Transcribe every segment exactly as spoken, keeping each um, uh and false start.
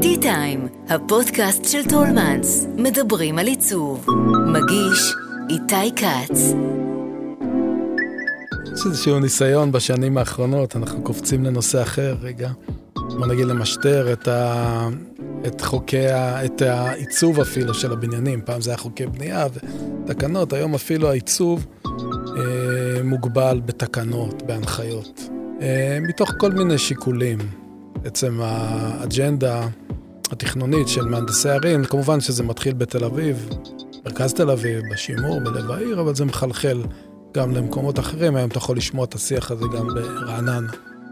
טי טיים, הפודקאסט של טולמנס, מדברים על עיצוב. מגיש איתי קץ. יש איזשהו ניסיון בשנים האחרונות, אנחנו קופצים לנושא אחר רגע. בוא נגיד למשטר את, ה... את חוקי, ה... את העיצוב אפילו של הבניינים. פעם זה היה חוקי בנייה ותקנות, היום אפילו העיצוב אה, מוגבל בתקנות, בהנחיות. אה, מתוך כל מיני שיקולים. בעצם האג'נדה התכנונית של מהנדסי ערים, כמובן שזה מתחיל בתל אביב, מרכז תל אביב, בשימור, בלב העיר, אבל זה מחלחל גם למקומות אחרים. היום אתה יכול לשמוע את השיח הזה גם ברעננה.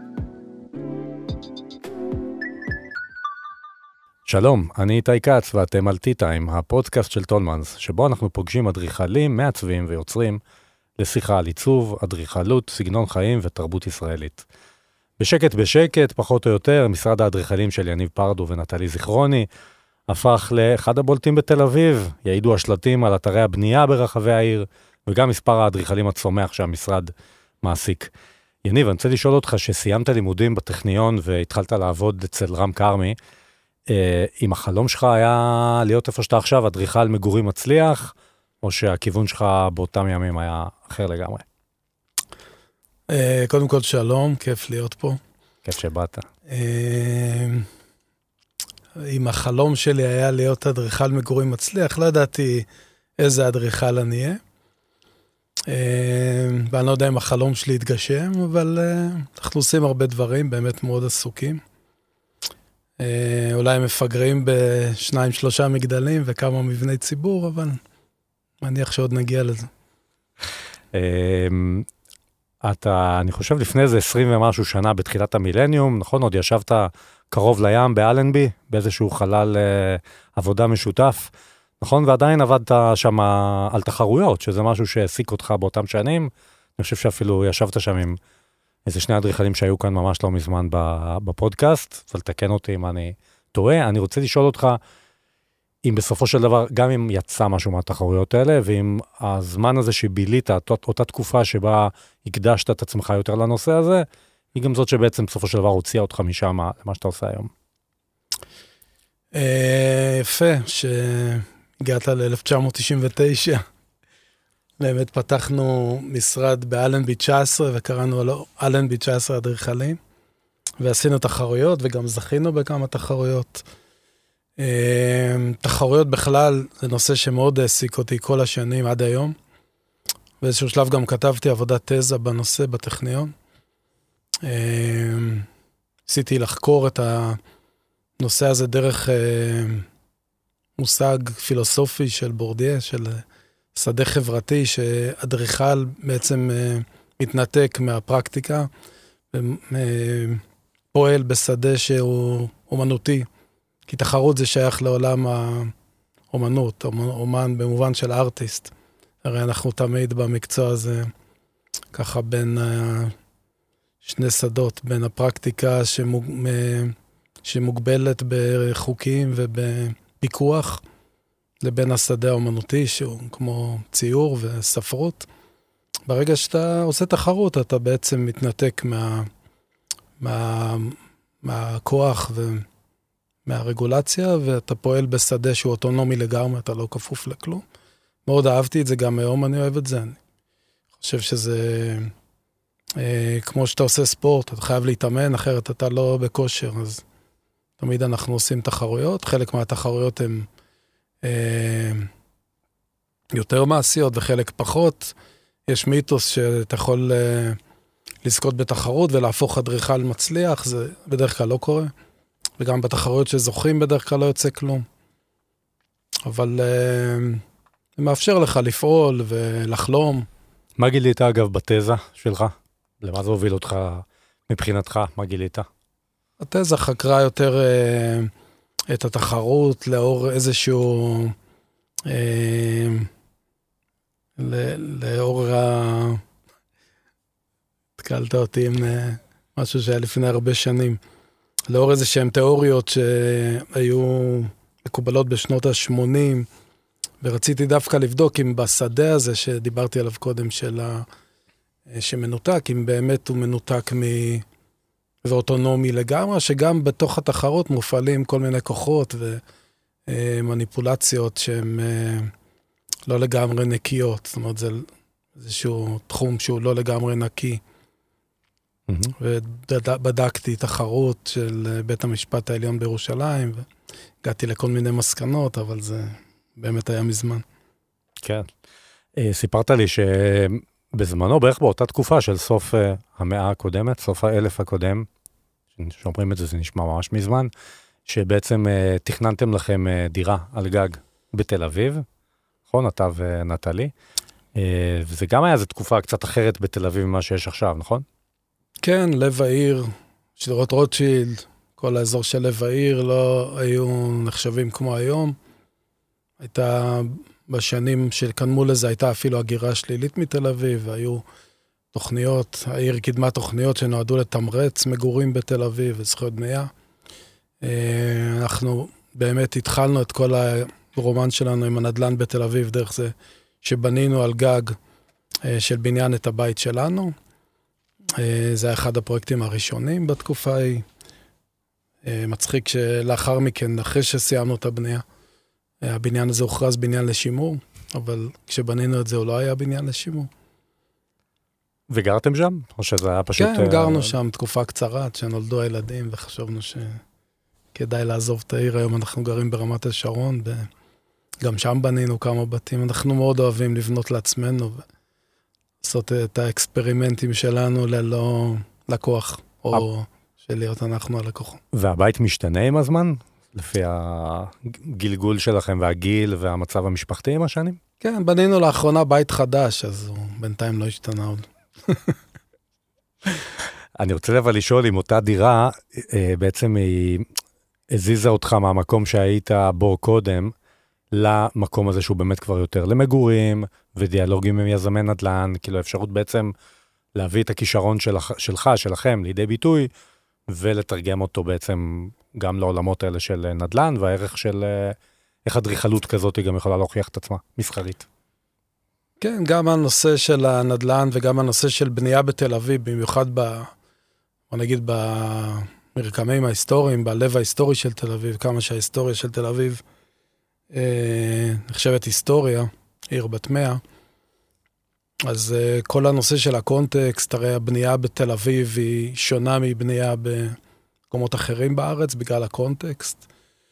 שלום, אני איתי קץ ואתם על טי טיים, הפודקאסט של טולמנס, שבו אנחנו פוגשים אדריכלים, מעצבים ויוצרים לשיחה על עיצוב, אדריכלות, סגנון חיים ותרבות ישראלית. בשקט בשקט, פחות או יותר, משרד האדריכלים של יניב פרדו ונטלי זיכרוני הפך לאחד הבולטים בתל אביב. יעידו השלטים על אתרי הבנייה ברחבי העיר, וגם מספר האדריכלים הצומח שהמשרד מעסיק. יניב, אני רוצה לשאול אותך שסיימת לימודים בטכניון והתחלת לעבוד אצל רם קרמי, אה, אם החלום שלך היה להיות איפה שאתה עכשיו, אדריכל מגורים מצליח, או שהכיוון שלך באותם ימים היה אחר לגמרי? קודם כל שלום, כיף להיות פה. כיף שבאת. אם החלום שלי היה להיות אדריכל מגורים מצליח, לא ידעתי איזה אדריכל אני אהיה. ואני לא יודע אם החלום שלי יתגשם, אבל אנחנו עושים הרבה דברים, באמת מאוד עסוקים. אולי מפגרים בשניים, שלושה מגדלים וכמה מבני ציבור, אבל מניח שעוד נגיע לזה. אתה, אני חושב, לפני איזה עשרים ומשהו שנה בתחילת המילניום, נכון? עוד ישבת קרוב לים באלנבי, באיזשהו חלל אה, עבודה משותף, נכון? ועדיין עבדת שם על תחרויות, שזה משהו שהעסיק אותך באותם שנים. אני חושב שאפילו ישבת שם עם איזה שני אדריכלים שהיו כאן ממש לא מזמן בפודקאסט, אבל תקן אותי אם אני טועה. אני רוצה לשאול אותך, אם בסופו של דבר, גם אם יצא משהו מהתחרויות האלה, ואם הזמן הזה שבילית, אותה תקופה שבה הקדשת את עצמך יותר לנושא הזה, היא גם זאת שבעצם בסופו של דבר הוציאה אותך משם למה שאתה עושה היום. יפה, שהגעת ל-אלף תשע מאות תשעים ותשע. באמת פתחנו משרד באלנבי תשע עשרה, וקראנו לו אלנבי תשע עשרה אדריכלים, ועשינו תחרויות, וגם זכינו בכמה תחרויות. תחרויות בכלל זה נושא שמאוד העסיק אותי כל השנים עד היום. באיזשהו שלב גם כתבתי עבודת תזה בנושא בטכניון. עשיתי לחקור את הנושא הזה דרך מושג פילוסופי של בורדיה, של שדה חברתי, שאדריכל בעצם מתנתק מהפרקטיקה, ופועל בשדה שהוא אומנותי. כי תחרות זה שייך לעולם האומנות, אומן במובן של ארטיסט. הרי אנחנו תמיד במקצוע הזה, ככה בין שני שדות, בין הפרקטיקה שמוג... שמוגבלת בחוקים ובפיקוח, לבין השדה האומנותי, שהוא כמו ציור וספרות. ברגע שאתה עושה תחרות, אתה בעצם מתנתק מה... מה... מהכוח ו... מהרגולציה, ואתה פועל בשדה שהוא אוטונומי לגמרי, אתה לא כפוף לכלום. מאוד אהבתי את זה, גם היום אני אוהב את זה. אני חושב שזה, אה, כמו שאתה עושה ספורט, אתה חייב להתאמן, אחרת אתה לא בכושר, אז תמיד אנחנו עושים תחרויות, חלק מהתחרויות הן אה, יותר מעשיות וחלק פחות. יש מיתוס שאתה יכול אה, לזכות בתחרות ולהפוך אדריכל מצליח, זה בדרך כלל לא קורה. וגם בתחרויות שזוכים בדרך כלל לא יוצא כלום. אבל uh, זה מאפשר לך לפעול ולחלום. מה גילית אגב בתזה שלך? למה זה הוביל אותך מבחינתך? מה גילית? התזה חקרה יותר uh, את התחרות לאור איזשהו... Uh, לאור ה... התקלת אותי עם uh, משהו שהיה לפני הרבה שנים. לאור איזה שהן תיאוריות שהיו מקובלות בשנות ה-שמונים, ורציתי דווקא לבדוק אם בשדה הזה שדיברתי עליו קודם, של ה... שמנותק, אם באמת הוא מנותק ואוטונומי לגמרי, שגם בתוך התחרות מופעלים כל מיני כוחות ומניפולציות שהן לא לגמרי נקיות. זאת אומרת, זה איזשהו תחום שהוא לא לגמרי נקי. Mm-hmm. ובדקתי תחרות של בית המשפט העליון בירושלים, והגעתי לכל מיני מסקנות, אבל זה באמת היה מזמן. כן. סיפרת לי שבזמנו, בערך באותה תקופה של סוף המאה הקודמת, סוף האלף הקודם, שאומרים את זה, זה נשמע ממש מזמן, שבעצם תכננתם לכם דירה על גג בתל אביב, נכון? אתה ונטלי, וזה גם היה איזו תקופה קצת אחרת בתל אביב ממה שיש עכשיו, נכון? כן, לב העיר, שדרות רוטשילד, כל האזור של לב העיר לא היו נחשבים כמו היום. הייתה, בשנים שקדמו לזה, הייתה אפילו הגירה שלילית מתל אביב, והיו תוכניות, העיר קידמה תוכניות שנועדו לתמרץ מגורים בתל אביב וזכויות בנייה. אנחנו באמת התחלנו את כל הרומן שלנו עם הנדל"ן בתל אביב, דרך זה שבנינו על גג של בניין את הבית שלנו. זה היה אחד הפרויקטים הראשונים בתקופה ההיא. מצחיק שלאחר מכן, אחרי שסיימנו את הבנייה, הבניין הזה הוכרז בניין לשימור, אבל כשבנינו את זה הוא לא היה בניין לשימור. וגרתם שם? או שזה היה פשוט... כן, גרנו שם תקופה קצרה, עד שנולדו הילדים, וחשבנו שכדאי לעזוב את העיר. היום אנחנו גרים ברמת השרון, וגם שם בנינו כמה בתים. אנחנו מאוד אוהבים לבנות לעצמנו, לעשות את האקספרימנטים שלנו ללא לקוח, או של להיות אנחנו הלקוח. והבית משתנה עם הזמן? לפי הגלגול שלכם והגיל והמצב המשפחתי עם השנים? כן, בנינו לאחרונה בית חדש, אז הוא בינתיים לא השתנה עוד. אני רוצה אבל לשאול אם אותה דירה, בעצם היא הזיזה אותך מהמקום שהיית בו קודם, למקום הזה שהוא באמת כבר יותר למגורים, ודיאלוגים עם יזמי נדל"ן, כאילו אפשרות בעצם להביא את הכישרון שלך, שלך, שלכם, לידי ביטוי, ולתרגם אותו בעצם גם לעולמות האלה של נדל"ן, והערך של איך אדריכלות כזאת היא גם יכולה להוכיח את עצמה, מסחרית. כן, גם הנושא של הנדל"ן וגם הנושא של בנייה בתל אביב, במיוחד ב, בוא נגיד, במרקמים ההיסטוריים, בלב ההיסטורי של תל אביב, כמה שההיסטוריה של תל אביב אה, נחשבת היסטוריה, עיר בת מאה, אז אה, כל הנושא של הקונטקסט, הרי הבנייה בתל אביב היא שונה מבנייה במקומות אחרים בארץ, בגלל הקונטקסט,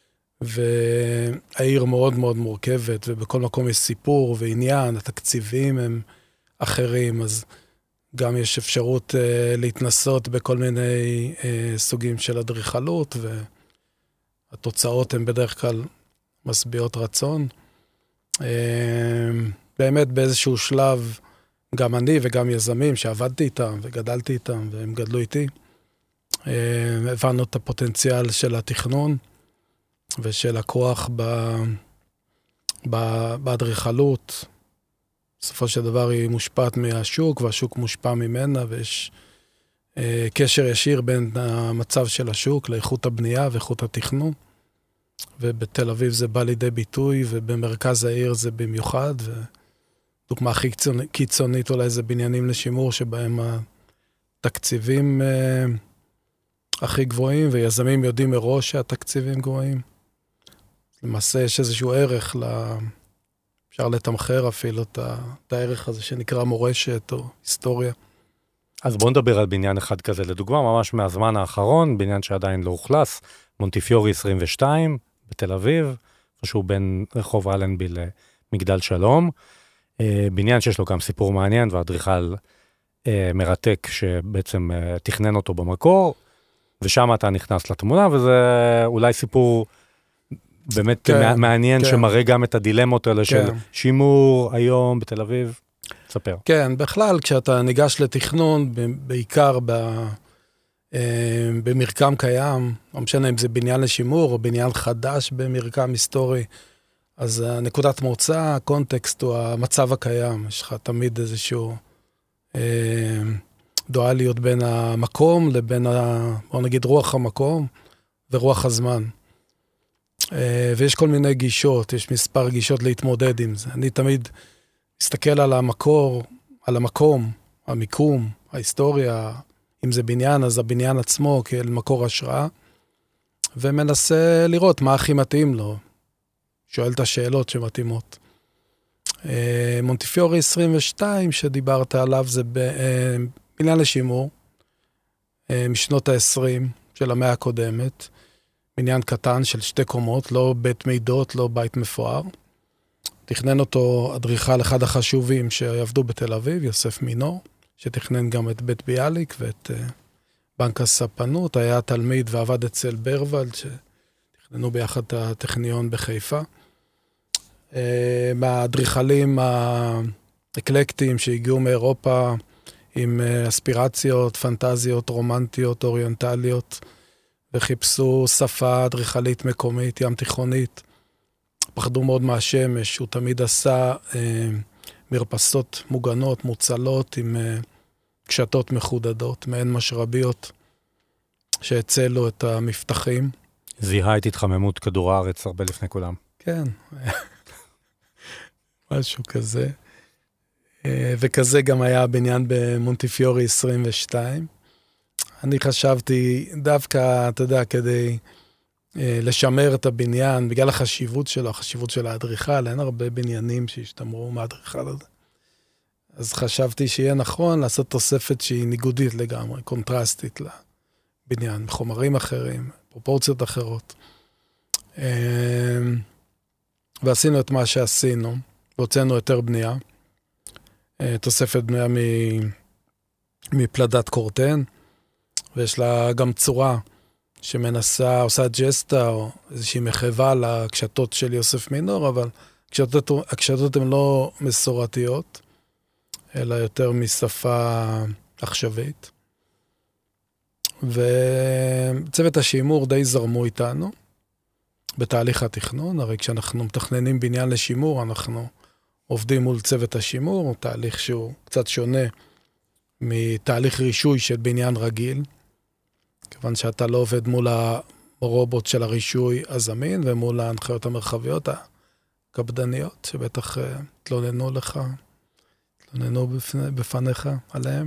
והעיר מאוד מאוד מורכבת, ובכל מקום יש סיפור ועניין, התקציבים הם אחרים, אז גם יש אפשרות uh, להתנסות בכל מיני uh, סוגים של אדריכלות, והתוצאות הן בדרך כלל משביעות רצון. Uh, באמת באיזשהו שלב, גם אני וגם יזמים שעבדתי איתם וגדלתי איתם, והם גדלו איתי, uh, הבנו את הפוטנציאל של התכנון, ושל הכוח ב... ב... באדריכלות. בסופו של דבר היא מושפעת מהשוק, והשוק מושפע ממנה, ויש אה, קשר ישיר בין המצב של השוק לאיכות הבנייה ואיכות התכנון. ובתל אביב זה בא לידי ביטוי, ובמרכז העיר זה במיוחד, ודוגמה הכי קיצונית, קיצונית אולי זה בניינים לשימור, שבהם התקציבים אה, הכי גבוהים, ויזמים יודעים מראש שהתקציבים גבוהים. למעשה יש איזשהו ערך, לה... אפשר לתמחר אפילו את, ה... את הערך הזה שנקרא מורשת או היסטוריה. אז בואו נדבר על בניין אחד כזה, לדוגמה, ממש מהזמן האחרון, בניין שעדיין לא הוכלס, מונטיפיורי עשרים ושתיים, בתל אביב, שהוא בין רחוב אלנבי למגדל שלום, בניין שיש לו גם סיפור מעניין, והאדריכל מרתק שבעצם תכנן אותו במקור, ושם אתה נכנס לתמונה, וזה אולי סיפור באמת כן, מעניין, כן. שמראה גם את הדילמות האלה כן. של שימור היום בתל אביב. ספר. כן, בכלל, כשאתה ניגש לתכנון, בעיקר ב, במרקם קיים, לא משנה אם זה בניין לשימור, או בניין חדש במרקם היסטורי, אז נקודת מוצא, הקונטקסט הוא המצב הקיים. יש לך תמיד איזשהו אה, דואליות בין המקום לבין, ה, בוא נגיד, רוח המקום ורוח הזמן. ויש כל מיני גישות, יש מספר גישות להתמודד עם זה. אני תמיד מסתכל על המקור, על המקום, המיקום, ההיסטוריה, אם זה בניין, אז הבניין עצמו כאל מקור השראה, ומנסה לראות מה הכי מתאים לו. שואל את השאלות שמתאימות. מונטיפיורי עשרים ושתיים שדיברת עליו זה בניין לשימור, משנות ה-עשרים של המאה הקודמת, בניין קטן של שתי קומות, לא בית מידות, לא בית מפואר. תכנן אותו אדריכל אחד החשובים שעבדו בתל אביב, יוסף מינור, שתכנן גם את בית ביאליק ואת בנק הספנות, היה תלמיד ועבד אצל ברוולד, שתכננו ביחד את הטכניון בחיפה. מהאדריכלים האקלקטיים שהגיעו מאירופה, עם אספירציות, פנטזיות, רומנטיות, אוריינטליות, וחיפשו שפה אדריכלית מקומית, ים תיכונית. פחדו מאוד מהשמש, הוא תמיד עשה אה, מרפסות מוגנות, מוצלות, עם אה, קשתות מחודדות, מעין משרביות, שהצלו את המפתחים. זיהה את התחממות כדור הארץ הרבה לפני כולם. כן, משהו כזה. וכזה גם היה הבניין במונטיפיורי עשרים ושתיים. אני חשבתי דווקא, אתה יודע, כדי לשמר את הבניין, בגלל החשיבות שלו, החשיבות של האדריכל, אין הרבה בניינים שהשתמרו מהאדריכל הזה. אז חשבתי שיהיה נכון לעשות תוספת שהיא ניגודית לגמרי, קונטרסטית לבניין, חומרים אחרים, פרופורציות אחרות. ועשינו את מה שעשינו, והוצאנו יותר בנייה, תוספת בנייה מפלדת קורטן, ויש לה גם צורה שמנסה, עושה ג'סטה, או איזושהי מחווה לקשתות של יוסף מינור, אבל הקשתות, הקשתות הן לא מסורתיות, אלא יותר משפה עכשווית. וצוות השימור די זרמו איתנו, בתהליך התכנון, הרי כשאנחנו מתכננים בניין לשימור, אנחנו עובדים מול צוות השימור, תהליך שהוא קצת שונה מתהליך רישוי של בניין רגיל, כיוון שאתה לא עובד מול הרובוט של הרישוי הזמין, ומול ההנחיות המרחביות הקפדניות, שבטח תלוננו לך, תלוננו בפניך עליהם.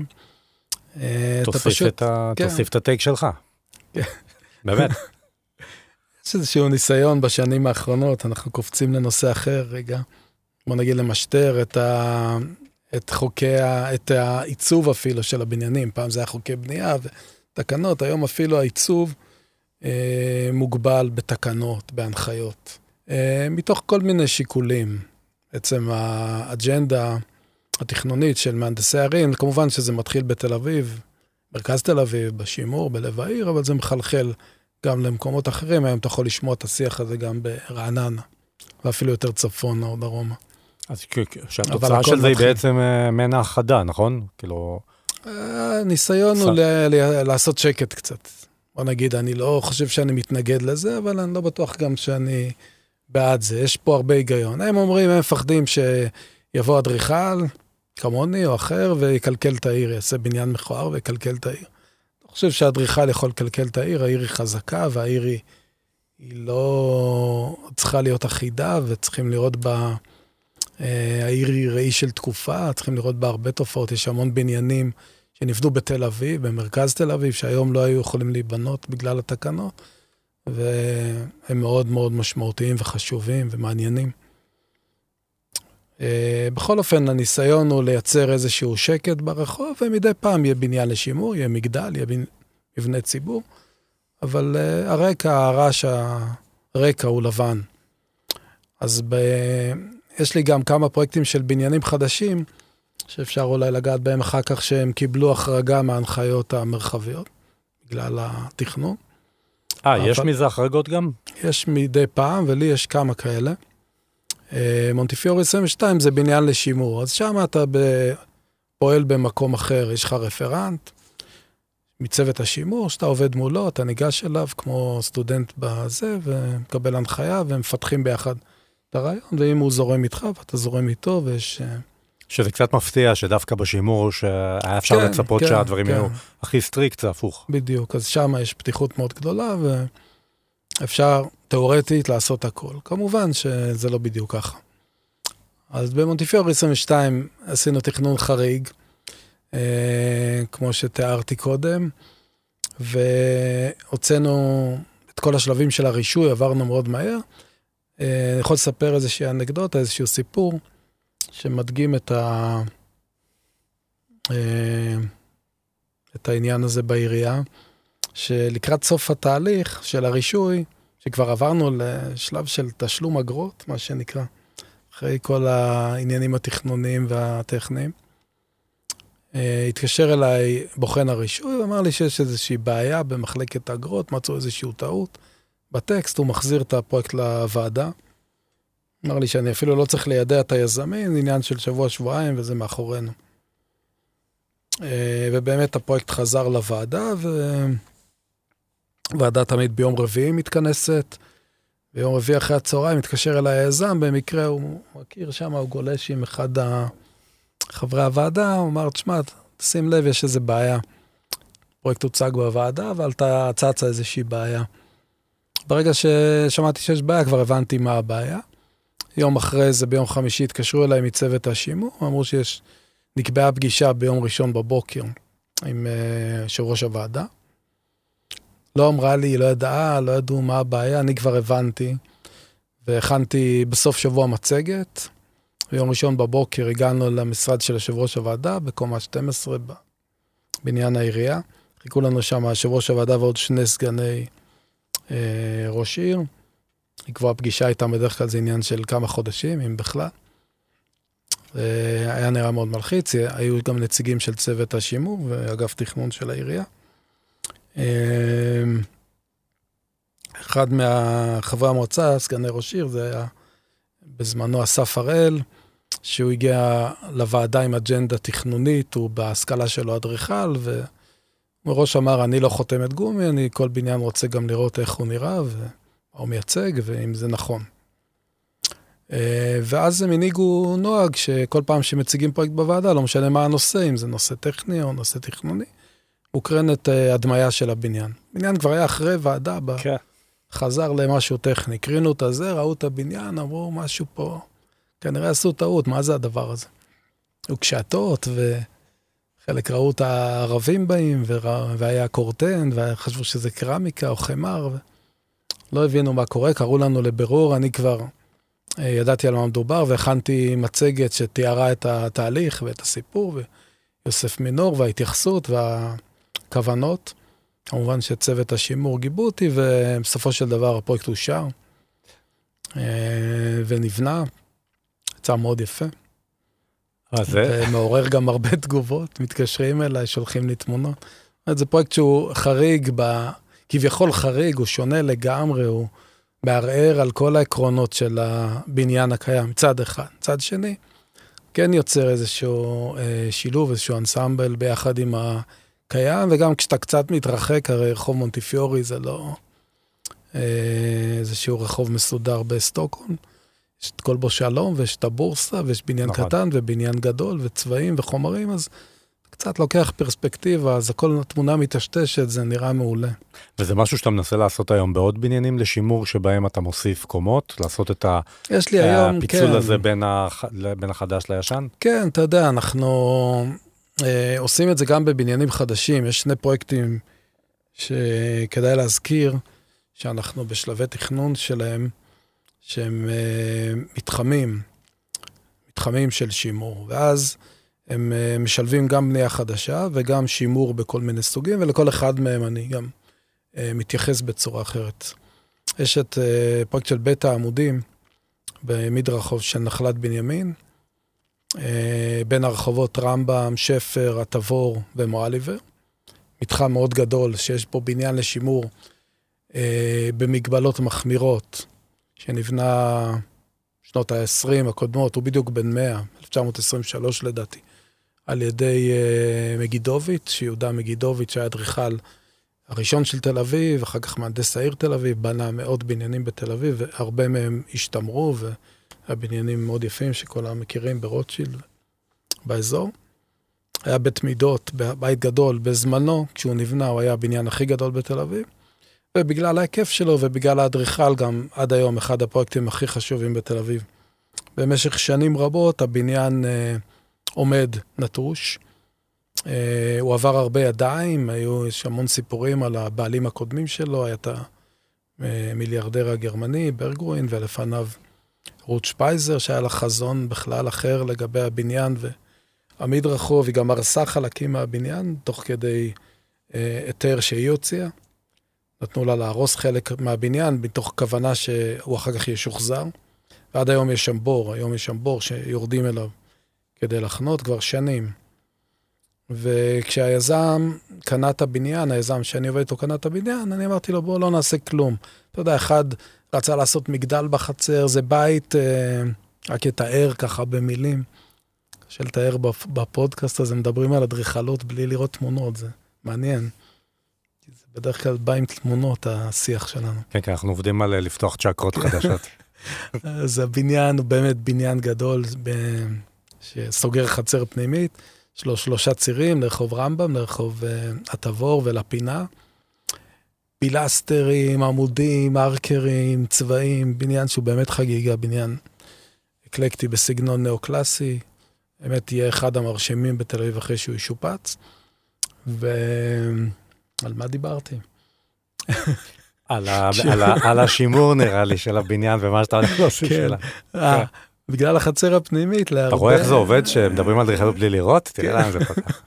תוסיף את הטייק שלך. באמת. יש איזשהו ניסיון בשנים האחרונות, אנחנו קופצים לנושא אחר רגע, בוא נגיד למשטר את, ה, את חוקי, את העיצוב אפילו של הבניינים, פעם זה היה חוקי בנייה ותקנות, היום אפילו העיצוב אה, מוגבל בתקנות, בהנחיות, אה, מתוך כל מיני שיקולים, בעצם האג'נדה התכנונית של מהנדסי הערים, כמובן שזה מתחיל בתל אביב, מרכז תל אביב, בשימור, בלב העיר, אבל זה מחלחל גם למקומות אחרים, היום אתה יכול לשמוע את השיח הזה גם ברעננה, ואפילו יותר צפון או דרומה. אז שהתוצאה של זה היא בעצם מנה חדה, נכון? כאילו... הניסיון הוא לעשות שקט קצת. בוא נגיד, אני לא חושב שאני מתנגד לזה, אבל אני לא בטוח גם שאני בעד זה. יש פה הרבה היגיון. הם אומרים, הם מפחדים שיבוא אדריכל, כמוני או אחר, ויקלקל את העיר, יעשה בניין מכוער ויקלקל את העיר. אני חושב שהאדריכל יכול לקלקל את העיר, העיר היא חזקה, והעיר היא, היא לא צריכה להיות אחידה, וצריכים לראות בה, אה, העיר היא ראי של תקופה, צריכים לראות בה הרבה תופעות, יש המון בניינים שנבנו בתל אביב, במרכז תל אביב, שהיום לא היו יכולים להיבנות בגלל התקנות, והם מאוד מאוד משמעותיים וחשובים ומעניינים. אה, בכל אופן, הניסיון הוא לייצר איזשהו שקט ברחוב, ומדי פעם יהיה בניין לשימור, יהיה מגדל, יהיה מבנה ציבור, אבל uh, הרקע, הרעש, הרקע הוא לבן. אז ב... יש לי גם כמה פרויקטים של בניינים חדשים, שאפשר אולי לגעת בהם אחר כך שהם קיבלו החרגה מההנחיות המרחביות, בגלל התכנון. אה, אבל... יש מזה החרגות גם? יש מדי פעם, ולי יש כמה כאלה. מונטיפיורי עשרים ושתיים זה בניין לשימור, אז שם אתה פועל במקום אחר, יש לך רפרנט, מצוות השימור, שאתה עובד מולו, אתה ניגש אליו כמו סטודנט בזה, ומקבל הנחיה, ומפתחים ביחד את הרעיון, ואם הוא זורם איתך, ואתה זורם איתו, ויש... שזה קצת מפתיע, שדווקא בשימור, שהיה אפשר כן, לצפות כן, שהדברים כן. יהיו הכי סטריקט, זה הפוך. בדיוק, אז שם יש פתיחות מאוד גדולה, ואפשר תיאורטית לעשות הכל. כמובן שזה לא בדיוק ככה. אז במונטיפיורי עשרים ושתיים עשינו תכנון חריג, כמו שתיארתי קודם, והוצאנו את כל השלבים של הרישוי, עברנו מאוד מהר. אני יכול לספר איזושהי אנקדוטה, איזשהו סיפור, שמדגים את, ה... את העניין הזה בעירייה, שלקראת סוף התהליך של הרישוי, שכבר עברנו לשלב של תשלום אגרות, מה שנקרא, אחרי כל העניינים התכנוניים והטכניים, התקשר אליי בוחן הרישוי, ואמר לי שיש איזושהי בעיה במחלקת האגרות, מצאו איזושהי טעות בטקסט, הוא מחזיר את הפרויקט לוועדה, אמר לי שאני אפילו לא צריך לידע את היזמים, זה עניין של שבוע, שבועיים, וזה מאחורינו. ובאמת הפרויקט חזר לוועדה, וועדה תמיד ביום רביעי מתכנסת, ביום רביעי אחרי הצהריים מתקשר אליי היזם, במקרה הוא מכיר שם, הוא גולש עם אחד חברי הוועדה, הוא אמר, תשמע, תשים לב, יש איזו בעיה. הפרויקט הוצג בוועדה, אבל אתה צצה איזושהי בעיה. ברגע ששמעתי שיש בעיה, כבר הבנתי מה הבעיה. יום אחרי זה, ביום חמישי, התקשרו אליי מצוות השימור, אמרו שיש, נקבעה פגישה ביום ראשון בבוקר, עם יושב ראש הוועדה. לא אמרה לי, לא ידעה, לא ידעו מה הבעיה, אני כבר הבנתי, והכנתי בסוף שבוע מצגת, ביום ראשון בבוקר הגענו למשרד של יושב ראש הוועדה, בקומה שתים עשרה, בבניין העירייה, חיכו לנו שם יושב ראש הוועדה ועוד שני סגני אה, ראש עיר, לקבוע פגישה איתם בדרך כלל זה עניין של כמה חודשים, אם בכלל, היה נראה מאוד מלחיץ, היו גם נציגים של צוות השימור, ואגף תכנון של העירייה, אחד מהחברי המועצה, סגני ראש עיר, זה היה בזמנו אסף הראל, שהוא הגיע לוועדה עם אג'נדה תכנונית, הוא בהשכלה שלו אדריכל, ומראש אמר, אני לא חותמת גומי, אני כל בניין רוצה גם לראות איך הוא נראה, ומה הוא מייצג, ואם זה נכון. ואז הם הנהיגו נוהג, שכל פעם שמציגים פרויקט בוועדה, לא משנה מה הנושא, אם זה נושא טכני או נושא תכנוני, מוקרנת הדמיה של הבניין. בניין כבר היה אחרי ועדה, כן. חזר למשהו טכני. קרינו את הזה, ראו את הבניין, אמרו משהו פה, כנראה עשו טעות, מה זה הדבר הזה? היו קשתות, וחלק ראו את הערבים באים, והיה קורטן, וחשבו שזה קרמיקה או חמר, לא הבינו מה קורה, קראו לנו לבירור, אני כבר ידעתי על מה מדובר, והכנתי מצגת שתיארה את התהליך ואת הסיפור, ויוסף מינור וההתייחסות והכוונות. כמובן שצוות השימור גיבו אותי, ובסופו של דבר הפרויקט אושר, ונבנה, יצא מאוד יפה. ומעורר גם הרבה תגובות, מתקשרים אליי, שולחים לי תמונות. זה פרויקט שהוא חריג, כביכול חריג, הוא שונה לגמרי, הוא מערער על כל העקרונות של הבניין הקיים, צד אחד. צד שני, כן יוצר איזשהו שילוב, איזשהו אנסמבל ביחד עם ה... קיים, וגם כשאתה קצת מתרחק, הרי רחוב מונטיפיורי זה לא איזשהו רחוב מסודר בסטוקהולם, יש את כל בו שלום, ויש את הבורסה, ויש בניין נכון. קטן, ובניין גדול, וצבעים וחומרים, אז קצת לוקח פרספקטיבה, אז הכל התמונה מתשתשת, זה נראה מעולה. וזה משהו שאתה מנסה לעשות היום בעוד בניינים לשימור, שבהם אתה מוסיף קומות, לעשות את יש לי היום, הפיצול כן. הזה בין, הח... בין החדש לישן? כן, אתה יודע, אנחנו... עושים את זה גם בבניינים חדשים, יש שני פרויקטים שכדאי להזכיר, שאנחנו בשלבי תכנון שלהם, שהם מתחמים, מתחמים של שימור, ואז הם משלבים גם בנייה חדשה, וגם שימור בכל מיני סוגים, ולכל אחד מהם אני גם מתייחס בצורה אחרת. יש את פרויקט של בית העמודים, במדרחוב של נחלת בנימין, בין הרחובות רמב"ם, שפר, התבור ומואליבר. מתחם מאוד גדול שיש פה בניין לשימור במגבלות מחמירות, שנבנה שנות ה-עשרים הקודמות, הוא בדיוק בן מאה, אלף תשע מאות עשרים ושלוש לדעתי, על ידי מגידוביץ', יהודה מגידוביץ', שהיה אדריכל הראשון של תל אביב, אחר כך מהנדס העיר תל אביב, בנה מאות בניינים בתל אביב, והרבה מהם השתמרו, והבניינים מאוד יפים שכולם מכירים ברוטשילד, באזור. היה בית מידות, בית גדול, בזמנו, כשהוא נבנה, הוא היה הבניין הכי גדול בתל אביב, ובגלל ההיקף שלו ובגלל האדריכל, גם עד היום אחד הפרויקטים הכי חשובים בתל אביב. במשך שנים רבות הבניין אה, עומד נטוש, הוא עבר הרבה ידיים, היו יש המון סיפורים על הבעלים הקודמים שלו, היה את המיליארדר הגרמני, ברגווין, ולפניו רות שפייזר, שהיה לה חזון בכלל אחר לגבי הבניין, ועמיד רחוב, היא גם הרסה חלקים מהבניין, תוך כדי היתר שהיא הוציאה. נתנו לה להרוס חלק מהבניין, מתוך כוונה שהוא אחר כך ישוחזר. ועד היום יש שם בור, היום יש שם בור שיורדים אליו כדי לחנות כבר שנים. וכשהיזם קנה את הבניין, היזם שאני עובד איתו קנה את הבניין, אני אמרתי לו, בוא לא נעשה כלום. אתה יודע, אחד רצה לעשות מגדל בחצר, זה בית, אה, רק יתאר ככה במילים, של תאר בפודקאסט הזה, מדברים על אדריכלות בלי לראות תמונות, זה מעניין. זה בדרך כלל בא עם תמונות, השיח שלנו. כן, כן, אנחנו עובדים על לפתוח צ'קרות חדשות. אז הבניין הוא באמת בניין גדול, שסוגר חצר פנימית, יש לו שלושה צירים, לרחוב רמב"ם, לרחוב התבור ולפינה. פילסטרים, עמודים, מרקרים, צבעים, בניין שהוא באמת חגיגה, בניין אקלקטי בסגנון נאו-קלאסי, באמת יהיה אחד המרשימים בתל אביב אחרי שהוא ישופץ. ועל מה דיברתי? על השימור נראה לי של הבניין ומה שאתה הולך להוסיף שלה. בגלל החצר הפנימית. אתה רואה איך זה עובד שמדברים על אדריכלות בלי לראות? תראה לאן זה פתח.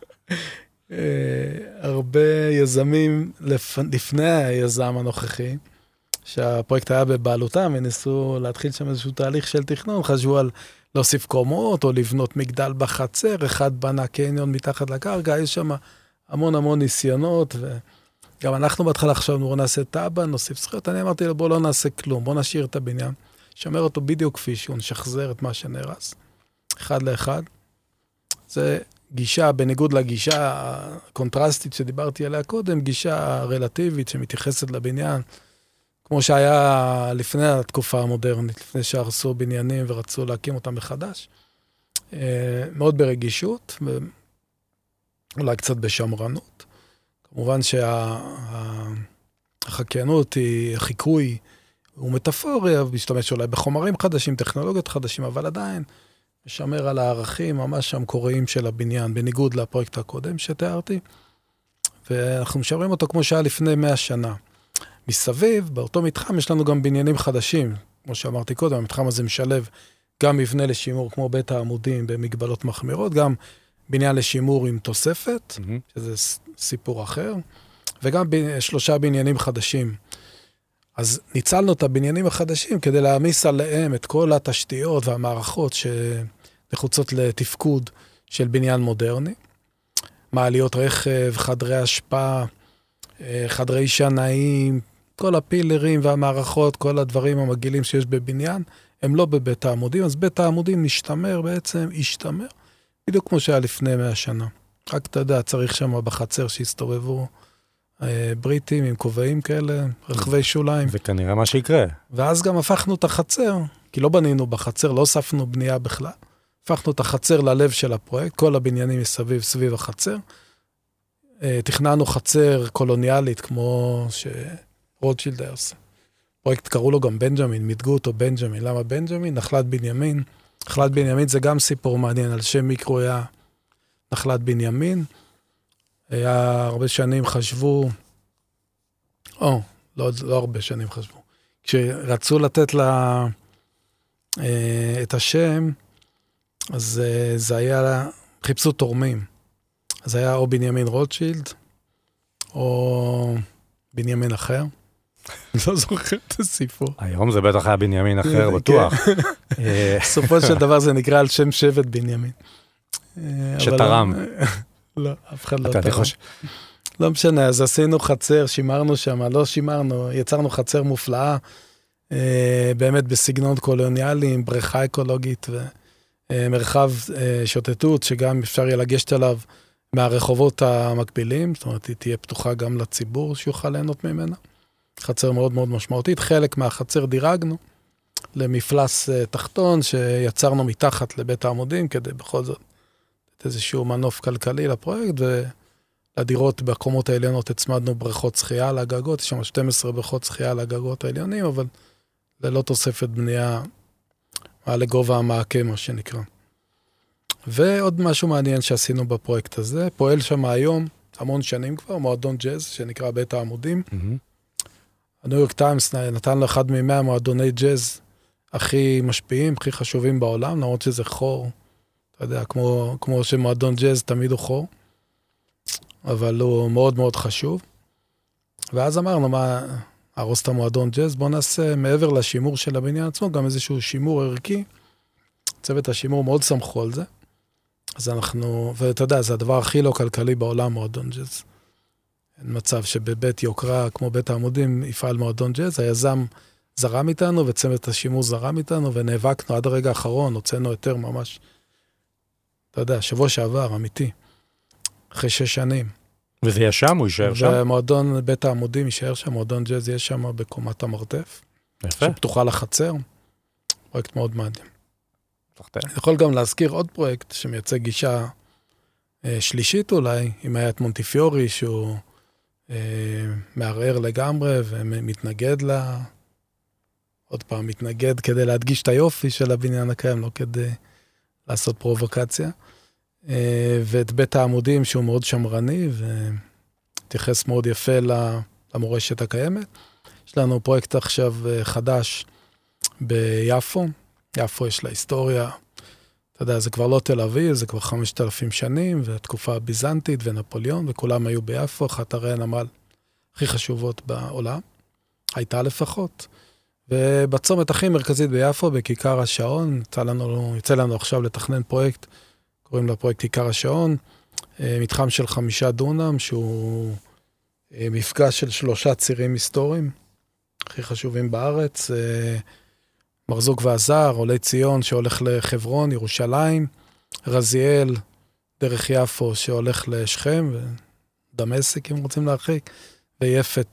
הרבה יזמים לפני היזם הנוכחי, שהפרויקט היה בבעלותם, וניסו להתחיל שם איזשהו תהליך של תכנון, חשבו על להוסיף קומות או לבנות מגדל בחצר, אחד בנה קניון מתחת לקרקע, יש שם המון המון ניסיונות, וגם אנחנו בהתחלה חשבנו, בוא נעשה טאבה, נוסיף זכויות, אני אמרתי לו, בוא לא נעשה כלום, בוא נשאיר את הבניין, שמר אותו בדיוק כפי שהוא, נשחזר את מה שנרס, אחד לאחד. זה גישה, בניגוד לגישה הקונטרסטית שדיברתי עליה קודם, גישה רלטיבית שמתייחסת לבניין, כמו שהיה לפני התקופה המודרנית, לפני שהרסו בניינים ורצו להקים אותם מחדש. מאוד ברגישות, ואולי קצת בשמרנות. כמובן שהחקיינות היא חיקוי, הוא מטאפוריה, משתמש אולי בחומרים חדשים, טכנולוגיות חדשים, אבל עדיין משמר על הערכים ממש המקוריים של הבניין, בניגוד לפרויקט הקודם שתיארתי, ואנחנו משמרים אותו כמו שהיה לפני מאה שנה. מסביב, באותו מתחם, יש לנו גם בניינים חדשים, כמו שאמרתי קודם, המתחם הזה משלב גם מבנה לשימור, כמו בית העמודים במגבלות מחמירות, גם בניין לשימור עם תוספת, mm-hmm. שזה סיפור אחר, וגם שלושה בניינים חדשים. אז ניצלנו את הבניינים החדשים כדי להעמיס עליהם את כל התשתיות והמערכות שנחוצות לתפקוד של בניין מודרני. מעליות רכב, חדרי השפעה, חדרי שנאים, כל הפילרים והמערכות, כל הדברים המגילים שיש בבניין, הם לא בבית העמודים, אז בית העמודים משתמר בעצם, ישתמר, בדיוק כמו שהיה לפני מאה שנה. רק אתה יודע, צריך שם בחצר שהסתובבו בריטים עם כובעים כאלה, רחבי שוליים. וכנראה מה שיקרה. ואז גם הפכנו את החצר, כי לא בנינו בחצר, לא הוספנו בנייה בכלל. הפכנו את החצר ללב של הפרויקט, כל הבניינים מסביב, סביב החצר. תכננו חצר קולוניאלית, כמו שרוטשילד היה עושה. פרויקט קראו לו גם בנג'מין, מתגו אותו בנג'מין. למה בנג'מין? נחלת בנימין. נחלת בנימין זה גם סיפור מעניין, על שם מיקרו היה נחלת בנימין. היה הרבה שנים חשבו, או, לא, לא הרבה שנים חשבו. כשרצו לתת לה את השם, אז זה היה, חיפשו תורמים. אז היה או בנימין רוטשילד, או בנימין אחר. לא זוכר את הסיפור. היום זה בטח היה בנימין אחר, בטוח. בסופו של דבר זה נקרא על שם שבט בנימין. שתרם. לא, אף אחד לא תרם. לא משנה, אז עשינו חצר, שימרנו שם, לא שימרנו, יצרנו חצר מופלאה, באמת בסגנון קולוניאלי, עם בריכה אקולוגית ומרחב שוטטות, שגם אפשר יהיה לגשת עליו מהרחובות המקבילים, זאת אומרת, היא תהיה פתוחה גם לציבור שיוכל ליהנות ממנה. חצר מאוד מאוד משמעותית. חלק מהחצר דירגנו למפלס תחתון, שיצרנו מתחת לבית העמודים, כדי בכל זאת איזשהו מנוף כלכלי לפרויקט, ולדירות בקומות העליונות הצמדנו בריכות שחייה על הגגות, יש שם שתים עשרה בריכות שחייה על הגגות העליונים, אבל ללא תוספת בנייה, לגובה המעקה, מה שנקרא. ועוד משהו מעניין שעשינו בפרויקט הזה, פועל שם היום, המון שנים כבר, מועדון ג'אז, שנקרא בית העמודים. Mm-hmm. הניו יורק טיימס נתן לו אחד ממאה מועדוני ג'אז הכי משפיעים, הכי חשובים בעולם, למרות שזה חור, אתה יודע, כמו, כמו שמועדון ג'אז תמיד הוא חור, אבל הוא מאוד מאוד חשוב. ואז אמרנו, מה, הרוס את המועדון ג'אז, בוא נעשה מעבר לשימור של הבניין עצמו, גם איזשהו שימור ערכי. צוות השימור מאוד שמחו על זה. אז אנחנו, ואתה יודע, זה הדבר הכי לא כלכלי בעולם, מועדון ג'אז. אין מצב שבבית יוקרה, כמו בית העמודים, יפעל מועדון ג'אז, היזם זרם איתנו, וצוות השימור זרם איתנו, ונאבקנו עד הרגע האחרון, הוצאנו יותר ממש, אתה יודע, שבוע שעבר, אמיתי, אחרי שש שנים. וזה יהיה שם, הוא יישאר שם? ומועדון בית העמודים יישאר שם, מועדון ג'אז יהיה שם בקומת המרתף. יפה. שפתוחה לחצר. פרויקט מאוד מעניין. תחתן. אני יכול גם להזכיר עוד פרויקט שמייצג גישה אה, שלישית אולי, אם היה את מונטיפיורי, שהוא אה, מערער לגמרי ומתנגד לה, עוד פעם מתנגד כדי להדגיש את היופי של הבניין הקיים, לא כדי לעשות פרובוקציה. ואת בית העמודים שהוא מאוד שמרני ותייחס מאוד יפה למורשת הקיימת. יש לנו פרויקט עכשיו חדש ביפו. יפו יש לה היסטוריה, אתה יודע, זה כבר לא תל אביב, זה כבר חמשת אלפים שנים, והתקופה הביזנטית ונפוליאון, וכולם היו ביפו, אחת ערי הנמל הכי חשובות בעולם, הייתה לפחות. ובצומת הכי מרכזית ביפו, בכיכר השעון, יצא לנו, יצא לנו עכשיו לתכנן פרויקט, קוראים לה פרויקט כיכר השעון, מתחם של חמישה דונם, שהוא מפגש של שלושה צירים היסטוריים, הכי חשובים בארץ, מרזוק ועזר, עולי ציון שהולך לחברון, ירושלים, רזיאל, דרך יפו שהולך לשכם, ודמשק אם רוצים להרחיק, ויפת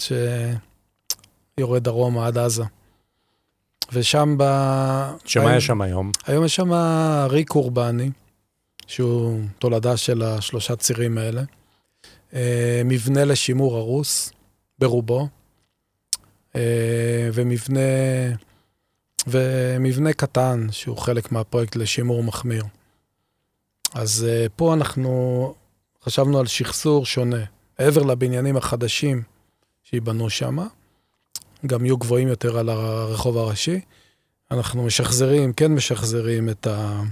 שיורד דרומה עד עזה. ושם ב... שמה יש שם היום? היום יש שם ריק אורבני, שהוא תולדה של השלושה צירים האלה. מבנה לשימור הרוס, ברובו, ומבנה, ומבנה קטן, שהוא חלק מהפרויקט לשימור מחמיר. אז פה אנחנו חשבנו על שחזור שונה, מעבר לבניינים החדשים שיבנו שם, גם יהיו גבוהים יותר על הרחוב הראשי. אנחנו משחזרים, כן משחזרים את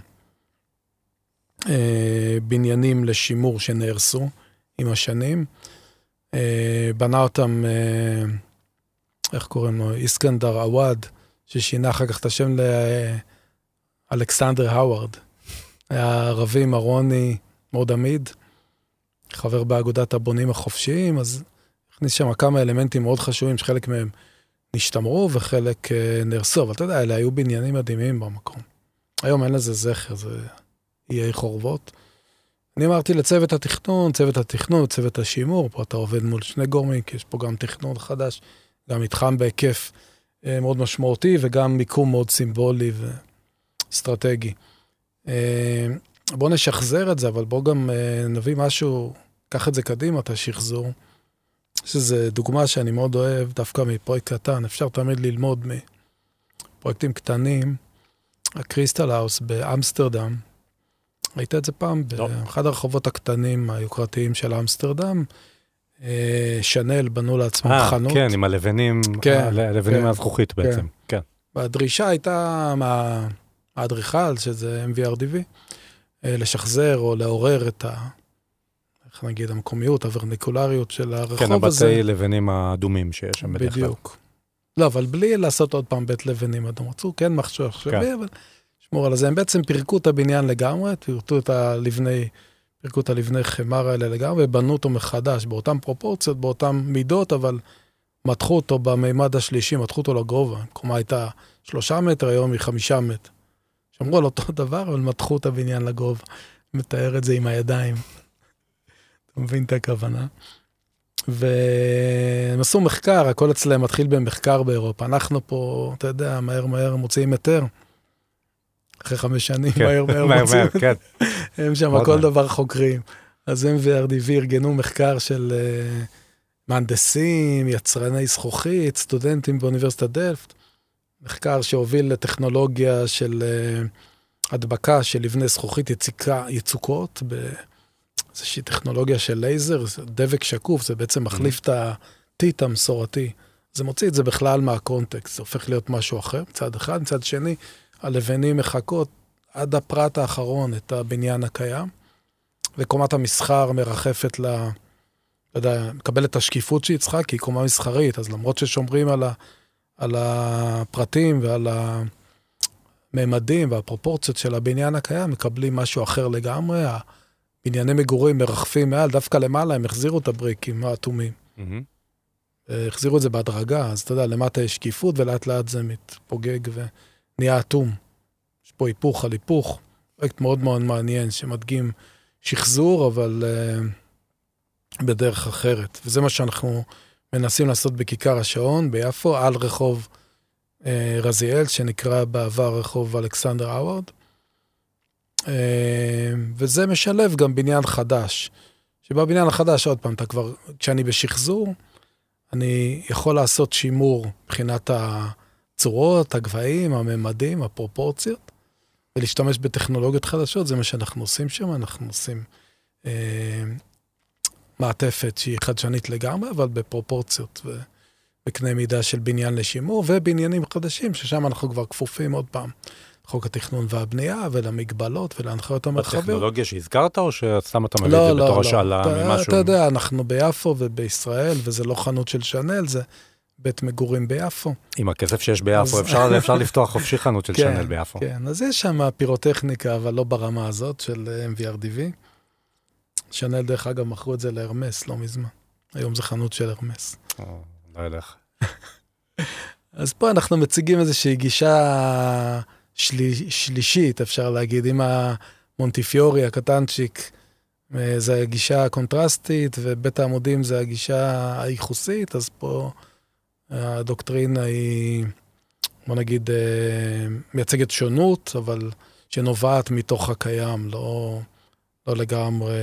הבניינים לשימור שנהרסו עם השנים. בנה אותם, איך קוראים לו? איסקנדר עוואד, ששינה אחר כך את השם לאלכסנדר האוורד. היה ערבי מרוני מאוד עמיד, חבר באגודת הבונים החופשיים, אז הכניס שם כמה אלמנטים מאוד חשובים, שחלק מהם נשתמרו וחלק נרסו, אבל אתה יודע, אלה היו בניינים מדהימים במקום. היום אין לזה זכר, זה איי חורבות. אני אמרתי לצוות התכנון, צוות התכנון, צוות השימור, פה אתה עובד מול שני גורמים, כי יש פה גם תכנון חדש, גם מתחם בהיקף מאוד משמעותי, וגם מיקום מאוד סימבולי ואסטרטגי. בוא נשחזר את זה, אבל בוא גם נביא משהו, קח את זה קדימה, את השחזור. שזו דוגמה שאני מאוד אוהב, דווקא מפרויקט קטן, אפשר תמיד ללמוד מפרויקטים קטנים. הקריסטל האוס באמסטרדם, ראית את זה פעם? לא. באחד הרחובות הקטנים היוקרתיים של אמסטרדם, שנל בנו לעצמם 아, חנות. כן, עם הלבנים, כן, הלבנים כן, מהזכוכית כן. בעצם. כן. והדרישה הייתה מהאדריכל, שזה אם וי אר די וי, לשחזר או לעורר את ה... איך נגיד, המקומיות, הוורניקולריות של הרחוב כן, הזה. כן, הבתי לבנים האדומים שיש שם בדרך כלל. בדיוק. לא, אבל בלי לעשות עוד פעם בית לבנים אדום. רצו, כן, מחשוב שווה, כן. אבל שמור על זה. הם בעצם פירקו את הבניין לגמרי, פירקו את הלבני, פירקו את הלבני חמר האלה לגמרי, ובנו אותו מחדש, באותן פרופורציות, באותן מידות, אבל מתחו אותו במימד השלישי, מתחו אותו לגובה. קומה הייתה שלושה מטר, היום היא חמישה מטר. שמרו על אותו דבר, אבל מתחו את הבניין לגובה. מתאר את זה עם הידיים. אתה מבין את הכוונה. והם עשו מחקר, הכל אצלם מתחיל במחקר באירופה. אנחנו פה, אתה יודע, מהר מהר מוציאים יותר. אחרי חמש שנים, מהר מהר מוציאים. הם שם כל דבר חוקרים. אז אם וי אר די וי ארגנו מחקר של מהנדסים, יצרני זכוכית, סטודנטים באוניברסיטת דלפט. מחקר שהוביל לטכנולוגיה של הדבקה של לבני זכוכית יציקה, יצוקות, באיזושהי טכנולוגיה של לייזר, דבק שקוף, זה בעצם מחליף את הטיט המסורתי. זה מוציא את זה בכלל מהקונטקסט, זה הופך להיות משהו אחר, מצד אחד, מצד שני, הלבנים מחכות עד הפרט האחרון את הבניין הקיים, וקומת המסחר מרחפת ל... לא יודע, מקבלת את השקיפות שהיא צריכה, כי היא קומה מסחרית, אז למרות ששומרים על, ה... על הפרטים ועל הממדים והפרופורציות של הבניין הקיים, מקבלים משהו אחר לגמרי, הבנייני מגורים מרחפים מעל, דווקא למעלה הם החזירו את הבריקים האטומים. Mm-hmm. החזירו את זה בהדרגה, אז אתה יודע, למטה יש שקיפות, ולאט לאט זה מתפוגג ונהיה אטום. יש פה היפוך על היפוך, פרויקט מאוד מאוד מעניין, שמדגים שחזור, אבל uh, בדרך אחרת. וזה מה שאנחנו מנסים לעשות בכיכר השעון, ביפו, על רחוב uh, רזיאל, שנקרא בעבר רחוב אלכסנדר האוורד. Uh, וזה משלב גם בניין חדש. שבבניין החדש, עוד פעם, אתה כבר, כשאני בשחזור, אני יכול לעשות שימור מבחינת הצורות, הגבהים, הממדים, הפרופורציות, ולהשתמש בטכנולוגיות חדשות, זה מה שאנחנו עושים שם, אנחנו עושים אה, מעטפת שהיא חדשנית לגמרי, אבל בפרופורציות ובקנה מידה של בניין לשימור, ובניינים חדשים, ששם אנחנו כבר כפופים עוד פעם, חוק התכנון והבנייה, ולמגבלות ולהנחיות המרחביות. הטכנולוגיה שהזכרת, או שסתם אתה מביא את זה בתור השאלה ממשהו? אתה יודע, אנחנו ביפו ובישראל, וזה לא חנות של שנל, זה בית מגורים ביפו. עם הכסף שיש ביפו, אפשר לפתוח חופשי חנות של שנל ביפו. כן, אז יש שם פירוטכניקה, אבל לא ברמה הזאת של אם וי אר די וי. שנל דרך אגב מכרו את זה להרמס, לא מזמן. היום זה חנות של הרמס. לא ילך. אז פה אנחנו מציגים איזושהי גישה שלי, שלישית, אפשר להגיד, עם המונטיפיורי, הקטנצ'יק, זה הגישה הקונטרסטית, ובית העמודים זה הגישה הייחוסית, אז פה הדוקטרינה היא, בוא נגיד, מייצגת שונות, אבל שנובעת מתוך הקיים, לא, לא לגמרי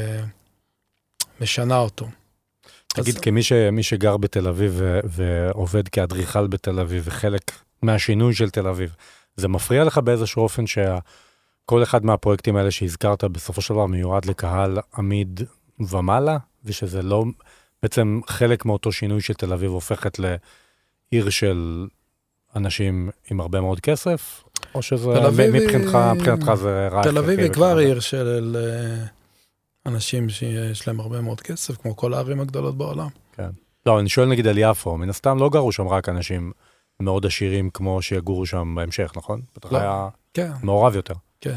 משנה אותו. תגיד, אז... כמי ש, מי שגר בתל אביב ו, ועובד כאדריכל בתל אביב, וחלק מהשינוי של תל אביב, זה מפריע לך באיזשהו אופן שכל אחד מהפרויקטים האלה שהזכרת בסופו של דבר מיועד לקהל עמיד ומעלה, ושזה לא בעצם חלק מאותו שינוי של תל אביב הופכת לעיר של אנשים עם הרבה מאוד כסף, או שזה מבחינתך, מבחינתך זה רק... תל אביב היא כבר עיר של אנשים שיש להם הרבה מאוד כסף, כמו כל הערים הגדולות בעולם. כן. לא, אני שואל נגיד על יפו, מן הסתם לא גרו שם רק אנשים מאוד עשירים כמו שיגורו שם בהמשך, נכון? בטח היה מעורב יותר. כן.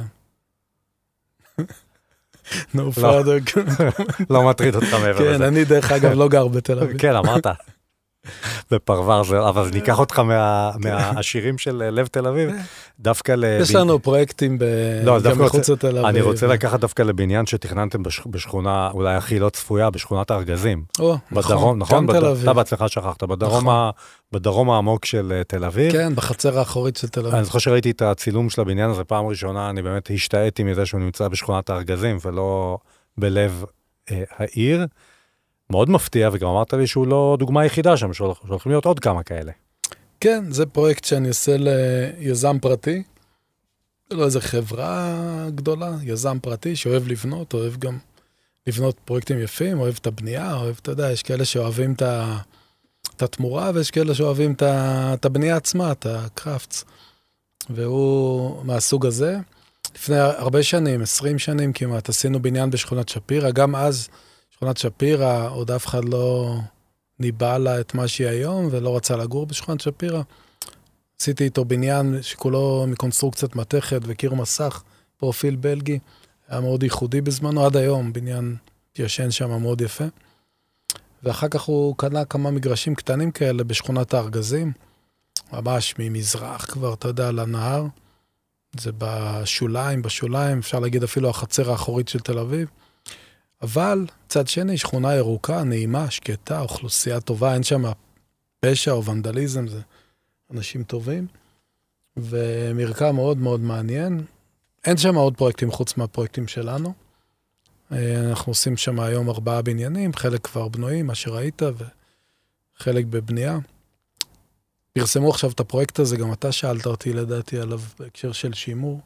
No further. לא מטריד אותך מעבר לזה. כן, אני דרך אגב לא גר בתל אביב. כן, אמרת. בפרבר זה, אבל זה ניקח אותך מהעשירים של לב תל אביב, דווקא ל... יש לנו פרויקטים גם מחוץ לתל אביב. אני רוצה לקחת דווקא לבניין שתכננתם בשכונה, אולי הכי לא צפויה, בשכונת הארגזים. או, נכון, גם תל אביב. אתה בעצמך שכחת, בדרום העמוק של תל אביב. כן, בחצר האחורית של תל אביב. אני זוכר שראיתי את הצילום של הבניין הזה פעם ראשונה, אני באמת השתאיתי מזה שהוא נמצא בשכונת הארגזים, ולא בלב העיר. מאוד מפתיע, וגם אמרת לי שהוא לא דוגמה יחידה שם, שהולכים להיות עוד כמה כאלה. כן, זה פרויקט שאני עושה ליזם פרטי, זה לא איזו חברה גדולה, יזם פרטי שאוהב לבנות, אוהב גם לבנות פרויקטים יפים, אוהב את הבנייה, אוהב, אתה יודע, יש כאלה שאוהבים את, ה, את התמורה, ויש כאלה שאוהבים את, ה, את הבנייה עצמה, את הקראפטס. והוא מהסוג הזה. לפני הרבה שנים, עשרים שנים כמעט, עשינו בניין בשכונת שפירא, גם אז שכונת שפירא, עוד אף אחד לא ניבא לה את מה שהיא היום, ולא רצה לגור בשכונת שפירא. עשיתי איתו בניין שכולו מקונסטרוקציית מתכת וקיר מסך, פרופיל בלגי, היה מאוד ייחודי בזמנו, עד היום, בניין ישן שם מאוד יפה. ואחר כך הוא קנה כמה מגרשים קטנים כאלה בשכונת הארגזים, ממש ממזרח כבר, אתה יודע, לנהר. זה בשוליים, בשוליים, אפשר להגיד אפילו החצר האחורית של תל אביב. אבל צד שני, שכונה ירוקה, נעימה, שקטה, אוכלוסייה טובה, אין שם פשע או ונדליזם, זה אנשים טובים, ומרקע מאוד מאוד מעניין. אין שם עוד פרויקטים חוץ מהפרויקטים שלנו. אנחנו עושים שם היום ארבעה בניינים, חלק כבר בנויים, מה שראית, וחלק בבנייה. פרסמו עכשיו את הפרויקט הזה, גם אתה שאלת אותי לדעתי עליו בהקשר של שימור.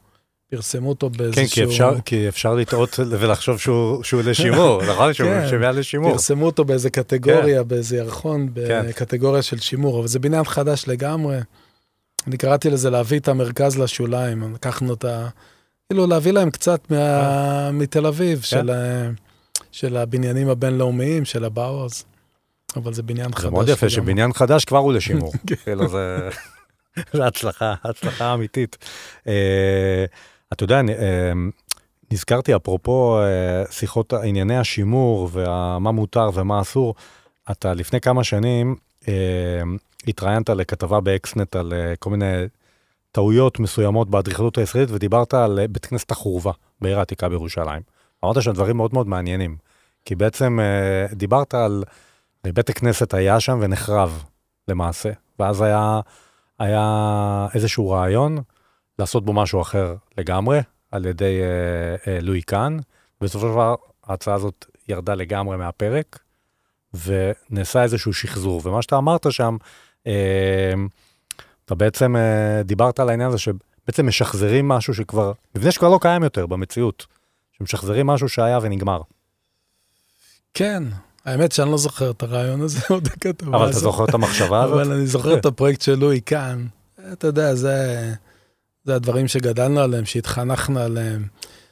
פרסמו אותו באיזשהו... כן, כי אפשר, כי אפשר לטעות ולחשוב שהוא, שהוא לשימור, נכון? שהוא שווה לשימור. פרסמו אותו באיזה קטגוריה, באיזה ירחון, בקטגוריה של שימור, אבל זה בניין חדש לגמרי. אני קראתי לזה להביא את המרכז לשוליים, לקחנו את ה... כאילו להביא להם קצת מתל אביב, של הבניינים הבינלאומיים, של הבאוז, אבל זה בניין חדש. זה מאוד יפה שבניין חדש כבר הוא לשימור. כאילו זה... זה הצלחה, הצלחה אמיתית. אתה יודע, נזכרתי אפרופו שיחות ענייני השימור ומה מותר ומה אסור, אתה לפני כמה שנים התראיינת לכתבה באקסנט על כל מיני טעויות מסוימות באדריכלות הישראלית, ודיברת על בית כנסת החורבה בעיר העתיקה בירושלים. אמרת שהדברים מאוד מאוד מעניינים, כי בעצם דיברת על בית הכנסת היה שם ונחרב למעשה, ואז היה... היה איזשהו רעיון לעשות בו משהו אחר לגמרי, על ידי אה, אה, לואי קאן, ובסופו של דבר ההצעה הזאת ירדה לגמרי מהפרק, ונעשה איזשהו שחזור. ומה שאתה אמרת שם, אה, אתה בעצם אה, דיברת על העניין הזה, שבעצם משחזרים משהו שכבר, מבנה שכבר לא קיים יותר במציאות, שמשחזרים משהו שהיה ונגמר. כן. האמת שאני לא זוכר את הרעיון הזה, עוד הכתבה. אבל אתה זוכר את המחשבה הזאת? אבל אני זוכר את הפרויקט של לואי קאן. אתה יודע, זה, זה הדברים שגדלנו עליהם, שהתחנכנו עליהם.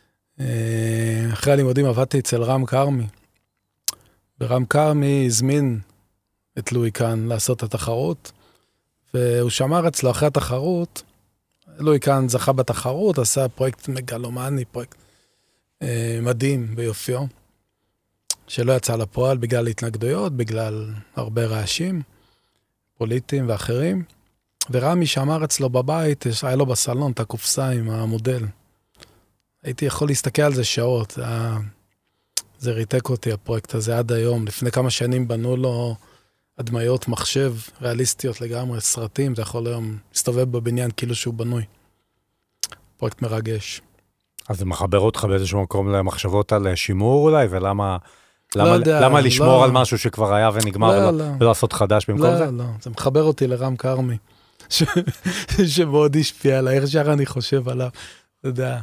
אחרי הלימודים עבדתי אצל רם קרמי. ורם קרמי הזמין את לואי קאן לעשות את התחרות, והוא שמר אצלו אחרי התחרות. לואי קאן זכה בתחרות, עשה פרויקט מגלומני, פרויקט מדהים ביופיו. שלא יצא לפועל בגלל התנגדויות, בגלל הרבה רעשים פוליטיים ואחרים. ורמי שמר אצלו בבית, היה לו בסלון את הקופסה עם המודל. הייתי יכול להסתכל על זה שעות. זה, זה ריתק אותי הפרויקט הזה עד היום. לפני כמה שנים בנו לו הדמיות מחשב ריאליסטיות לגמרי, סרטים. אתה יכול היום להסתובב בבניין כאילו שהוא בנוי. פרויקט מרגש. אז זה מחבר אותך באיזשהו מקום למחשבות על שימור אולי, ולמה... למה, לא יודע, למה לשמור לא. על משהו שכבר היה ונגמר, לא, ולא, לא. ולעשות חדש במקום לא, זה? לא, לא, זה מחבר אותי לרם קרמי, ש... שמאוד השפיע עליי, איך שער אני חושב עליו, אתה יודע,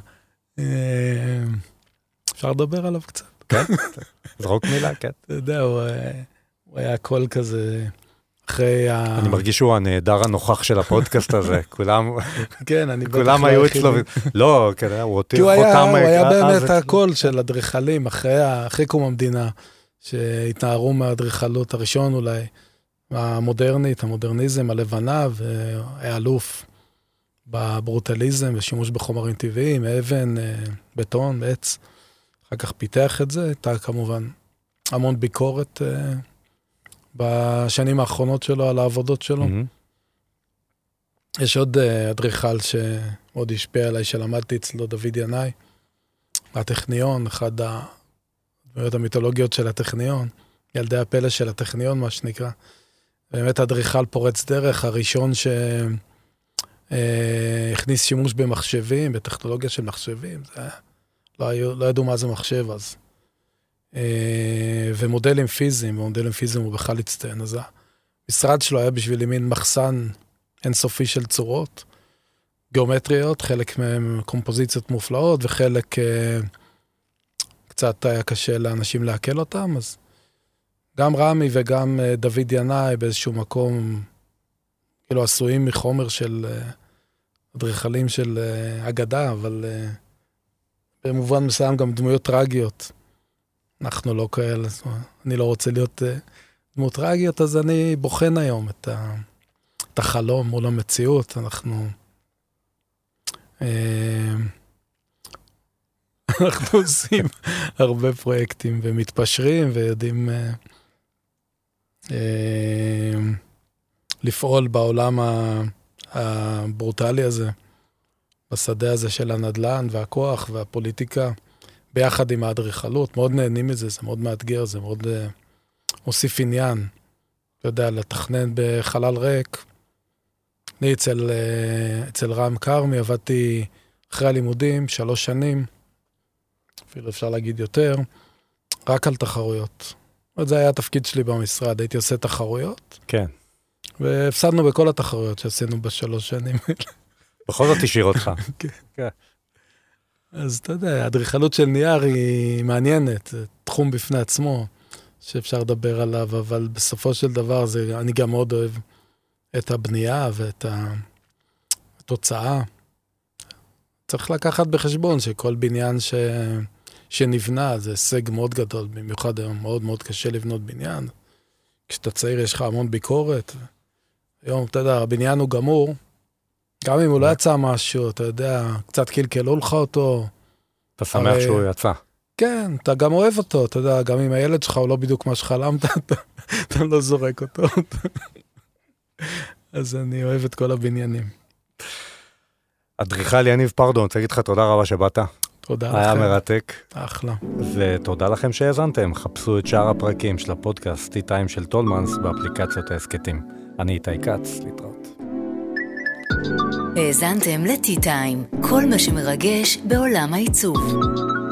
אפשר לדבר עליו קצת. כן, זרוק מילה, כן. אתה יודע, הוא, הוא היה קול כזה, אחרי ה... אני מרגיש שהוא הנהדר הנוכח של הפודקאסט הזה, כולם, כן, אני כולם היו אצלו, לא, כן, הוא אותי חותם. הוא היה באמת הקול של אדריכלים, אחרי קום המדינה, שהתנערו מהאדריכלות הראשון אולי, המודרנית, המודרניזם, הלבנה, והיה אלוף בברוטליזם, ושימוש בחומרים טבעיים, אבן, בטון, עץ. אחר כך פיתח את זה, הייתה כמובן המון ביקורת בשנים האחרונות שלו על העבודות שלו. Mm-hmm. יש עוד אדריכל שעוד השפיע עליי, שלמדתי אצלו, דוד ינאי, הטכניון, אחד הדמויות המיתולוגיות של הטכניון, ילדי הפלא של הטכניון, מה שנקרא. באמת אדריכל פורץ דרך, הראשון שהכניס שימוש במחשבים, בטכנולוגיה של מחשבים, זה לא, היו, לא ידעו מה זה מחשב אז. ומודלים פיזיים, ומודלים פיזיים הוא בכלל הצטיין, אז המשרד שלו היה בשביל מין מחסן אינסופי של צורות, גיאומטריות, חלק מהם קומפוזיציות מופלאות, וחלק קצת היה קשה לאנשים להקל אותם, אז גם רמי וגם דוד ינאי באיזשהו מקום, כאילו עשויים מחומר של אדריכלים של אגדה, אבל במובן מסוים גם דמויות טרגיות. אנחנו לא כאלה, אני לא רוצה להיות דמות טרגיות, אז אני בוחן היום את, ה, את החלום מול המציאות. אנחנו, אנחנו עושים הרבה פרויקטים ומתפשרים ויודעים לפעול בעולם הברוטלי הזה, בשדה הזה של הנדל"ן והכוח והפוליטיקה, ביחד עם האדריכלות. מאוד נהנים מזה, זה מאוד מאתגר, זה מאוד uh, מוסיף עניין. אתה יודע, לתכנן בחלל ריק. אני אצל, uh, אצל רם קרמי, עבדתי אחרי הלימודים, שלוש שנים, אפילו אפשר להגיד יותר, רק על תחרויות. זה היה התפקיד שלי במשרד, הייתי עושה תחרויות. כן. והפסדנו בכל התחרויות שעשינו בשלוש שנים. בכל זאת תשאיר אותך. כן. אז אתה יודע, האדריכלות של נייר היא מעניינת, זה תחום בפני עצמו שאפשר לדבר עליו, אבל בסופו של דבר זה, אני גם מאוד אוהב את הבנייה ואת התוצאה. צריך לקחת בחשבון שכל בניין ש... שנבנה זה הישג מאוד גדול, במיוחד היום מאוד מאוד קשה לבנות בניין. כשאתה צעיר יש לך המון ביקורת. היום, אתה יודע, הבניין הוא גמור, גם אם הוא לא יצא משהו, אתה יודע, קצת קלקלו לך אותו. אתה שמח שהוא יצא. כן, אתה גם אוהב אותו, אתה יודע, גם אם הילד שלך הוא לא בדיוק מה שחלמת, אתה, אתה לא זורק אותו. אז אני אוהב את כל הבניינים. אדריכל יניב פרדו, אני רוצה להגיד לך תודה רבה שבאת. תודה לכם. היה מרתק. אחלה. ותודה לכם שהאזנתם. חפשו את שאר הפרקים של הפודקאסט טי טיים של טולמנס באפליקציות ההסקטים. אני איתי קץ, להתראות. האזנתם לטי טיים, כל מה שמרגש בעולם העיצוב.